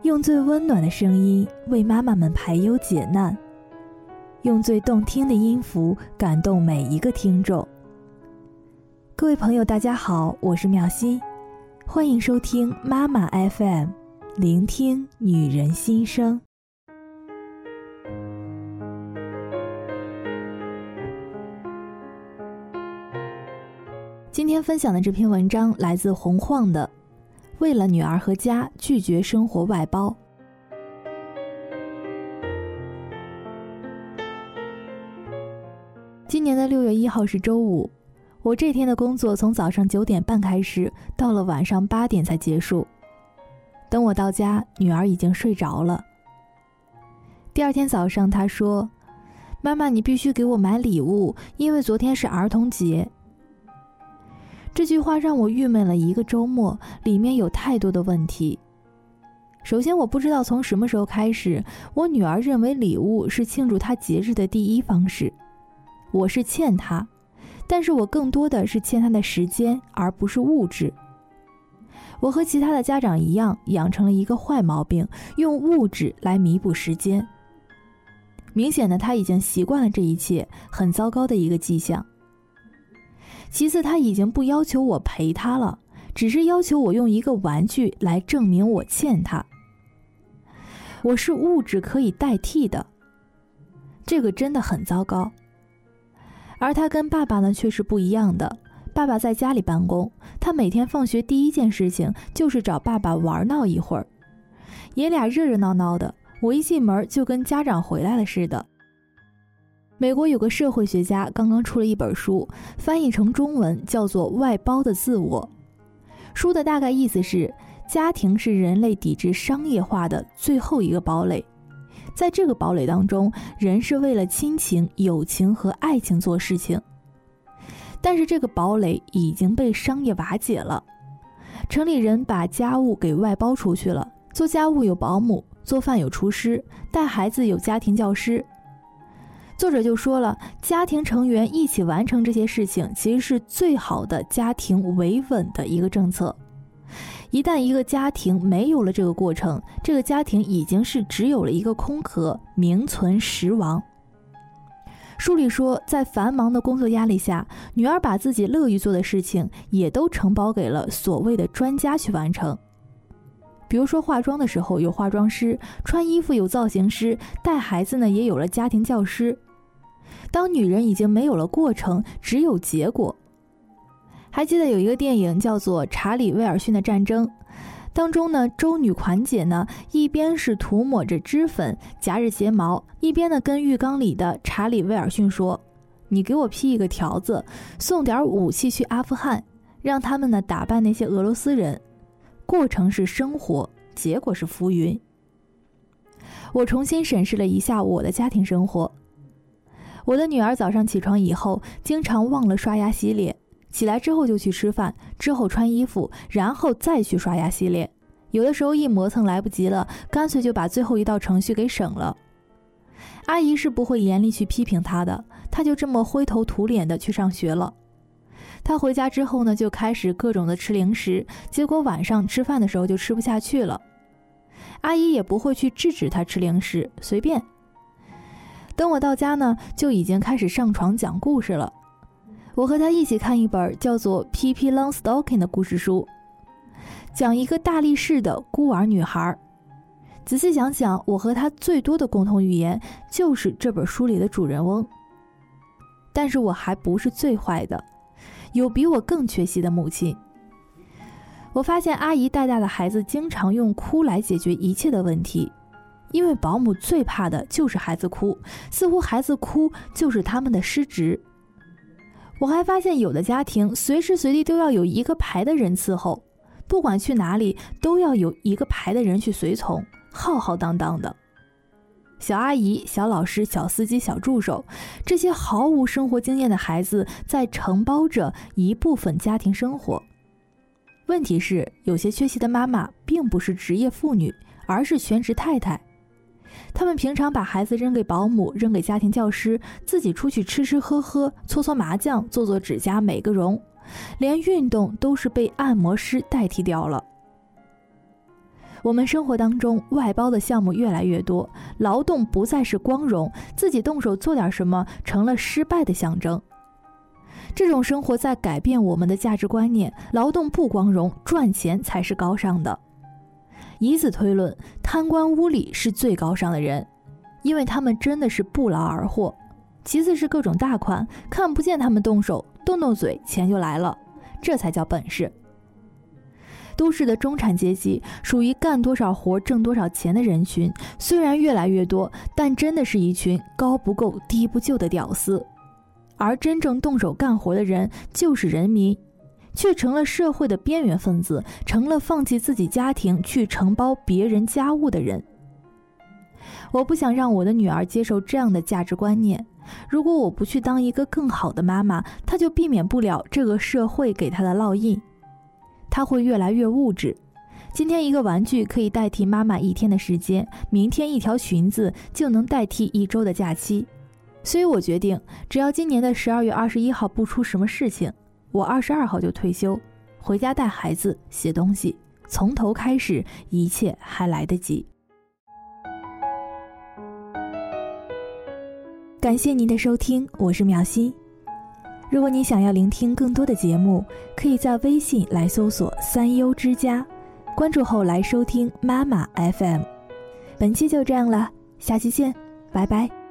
用最温暖的声音为妈妈们排忧解难，用最动听的音符感动每一个听众。各位朋友大家好，我是妙心，欢迎收听妈妈 FM， 聆听女人心声。今天分享的这篇文章来自洪晃的为了女儿和家拒绝生活外包。今年的6月1号是周五，我这天的工作从早上9点半开始，到了晚上8点才结束。等我到家，女儿已经睡着了。第二天早上，她说：“妈妈，你必须给我买礼物，因为昨天是儿童节。”这句话让我郁闷了一个周末，里面有太多的问题。首先，我不知道从什么时候开始，我女儿认为礼物是庆祝她节日的第一方式。我是欠她，但是我更多的是欠她的时间，而不是物质。我和其他的家长一样，养成了一个坏毛病，用物质来弥补时间。明显的，她已经习惯了这一切，很糟糕的一个迹象。其次，他已经不要求我陪他了，只是要求我用一个玩具来证明我欠他。我是物质可以代替的，这个真的很糟糕。而他跟爸爸呢却是不一样的，爸爸在家里办公，他每天放学第一件事情就是找爸爸玩闹一会儿，爷俩热热闹闹的，我一进门就跟家长回来了似的。美国有个社会学家刚刚出了一本书，翻译成中文叫做《外包的自我》。书的大概意思是，家庭是人类抵制商业化的最后一个堡垒。在这个堡垒当中，人是为了亲情、友情和爱情做事情。但是这个堡垒已经被商业瓦解了。城里人把家务给外包出去了，做家务有保姆，做饭有厨师，带孩子有家庭教师。作者就说了，家庭成员一起完成这些事情，其实是最好的家庭维稳的一个政策。一旦一个家庭没有了这个过程，这个家庭已经是只有了一个空壳，名存实亡。书里说，在繁忙的工作压力下，女儿把自己乐于做的事情也都承包给了所谓的专家去完成。比如说化妆的时候有化妆师，穿衣服有造型师，带孩子呢也有了家庭教师。当女人已经没有了过程，只有结果。还记得有一个电影叫做《查理·威尔逊的战争》，当中呢，周女款姐呢一边是涂抹着脂粉夹着睫毛，一边呢跟浴缸里的查理·威尔逊说：“你给我批一个条子，送点武器去阿富汗，让他们呢打败那些俄罗斯人。过程是生活，结果是浮云。”我重新审视了一下我的家庭生活。我的女儿早上起床以后，经常忘了刷牙洗脸，起来之后就去吃饭，之后穿衣服，然后再去刷牙洗脸。有的时候一磨蹭来不及了，干脆就把最后一道程序给省了。阿姨是不会严厉去批评她的，她就这么灰头土脸的去上学了。她回家之后呢，就开始各种的吃零食，结果晚上吃饭的时候就吃不下去了。阿姨也不会去制止她吃零食，随便。等我到家呢，就已经开始上床讲故事了。我和她一起看一本叫做《Pippi Longstocking》的故事书，讲一个大力士的孤儿女孩。仔细想想，我和她最多的共同语言就是这本书里的主人翁。但是我还不是最坏的，有比我更缺席的母亲。我发现阿姨带大的孩子经常用哭来解决一切的问题，因为保姆最怕的就是孩子哭，似乎孩子哭就是他们的失职。我还发现有的家庭随时随地都要有一个排的人伺候，不管去哪里都要有一个排的人去随从，浩浩荡荡的。小阿姨、小老师、小司机、小助手，这些毫无生活经验的孩子在承包着一部分家庭生活。问题是，有些缺席的妈妈并不是职业妇女，而是全职太太。他们平常把孩子扔给保姆，扔给家庭教师，自己出去吃吃喝喝，搓搓麻将，做做指甲，美个容，连运动都是被按摩师代替掉了。 我们生活当中外包的项目越来越多，劳动不再是光荣，自己动手做点什么成了失败的象征。这种生活在改变我们的价值观念，劳动不光荣，赚钱才是高尚的。以此推论，贪官污吏是最高尚的人，因为他们真的是不劳而获。其次是各种大款，看不见他们动手，动动嘴，钱就来了，这才叫本事。都市的中产阶级属于干多少活挣多少钱的人群，虽然越来越多，但真的是一群高不够低不就的屌丝。而真正动手干活的人就是人民，却成了社会的边缘分子，成了放弃自己家庭去承包别人家务的人。我不想让我的女儿接受这样的价值观念，如果我不去当一个更好的妈妈，她就避免不了这个社会给她的烙印。她会越来越物质，今天一个玩具可以代替妈妈一天的时间，明天一条裙子就能代替一周的假期。所以我决定，只要今年的12月21号不出什么事情，我22号就退休，回家带孩子写东西，从头开始，一切还来得及。感谢您的收听，我是苗心。如果你想要聆听更多的节目，可以在微信来搜索3优之家，关注后来收听妈妈 FM。本期就这样了，下期见，拜拜。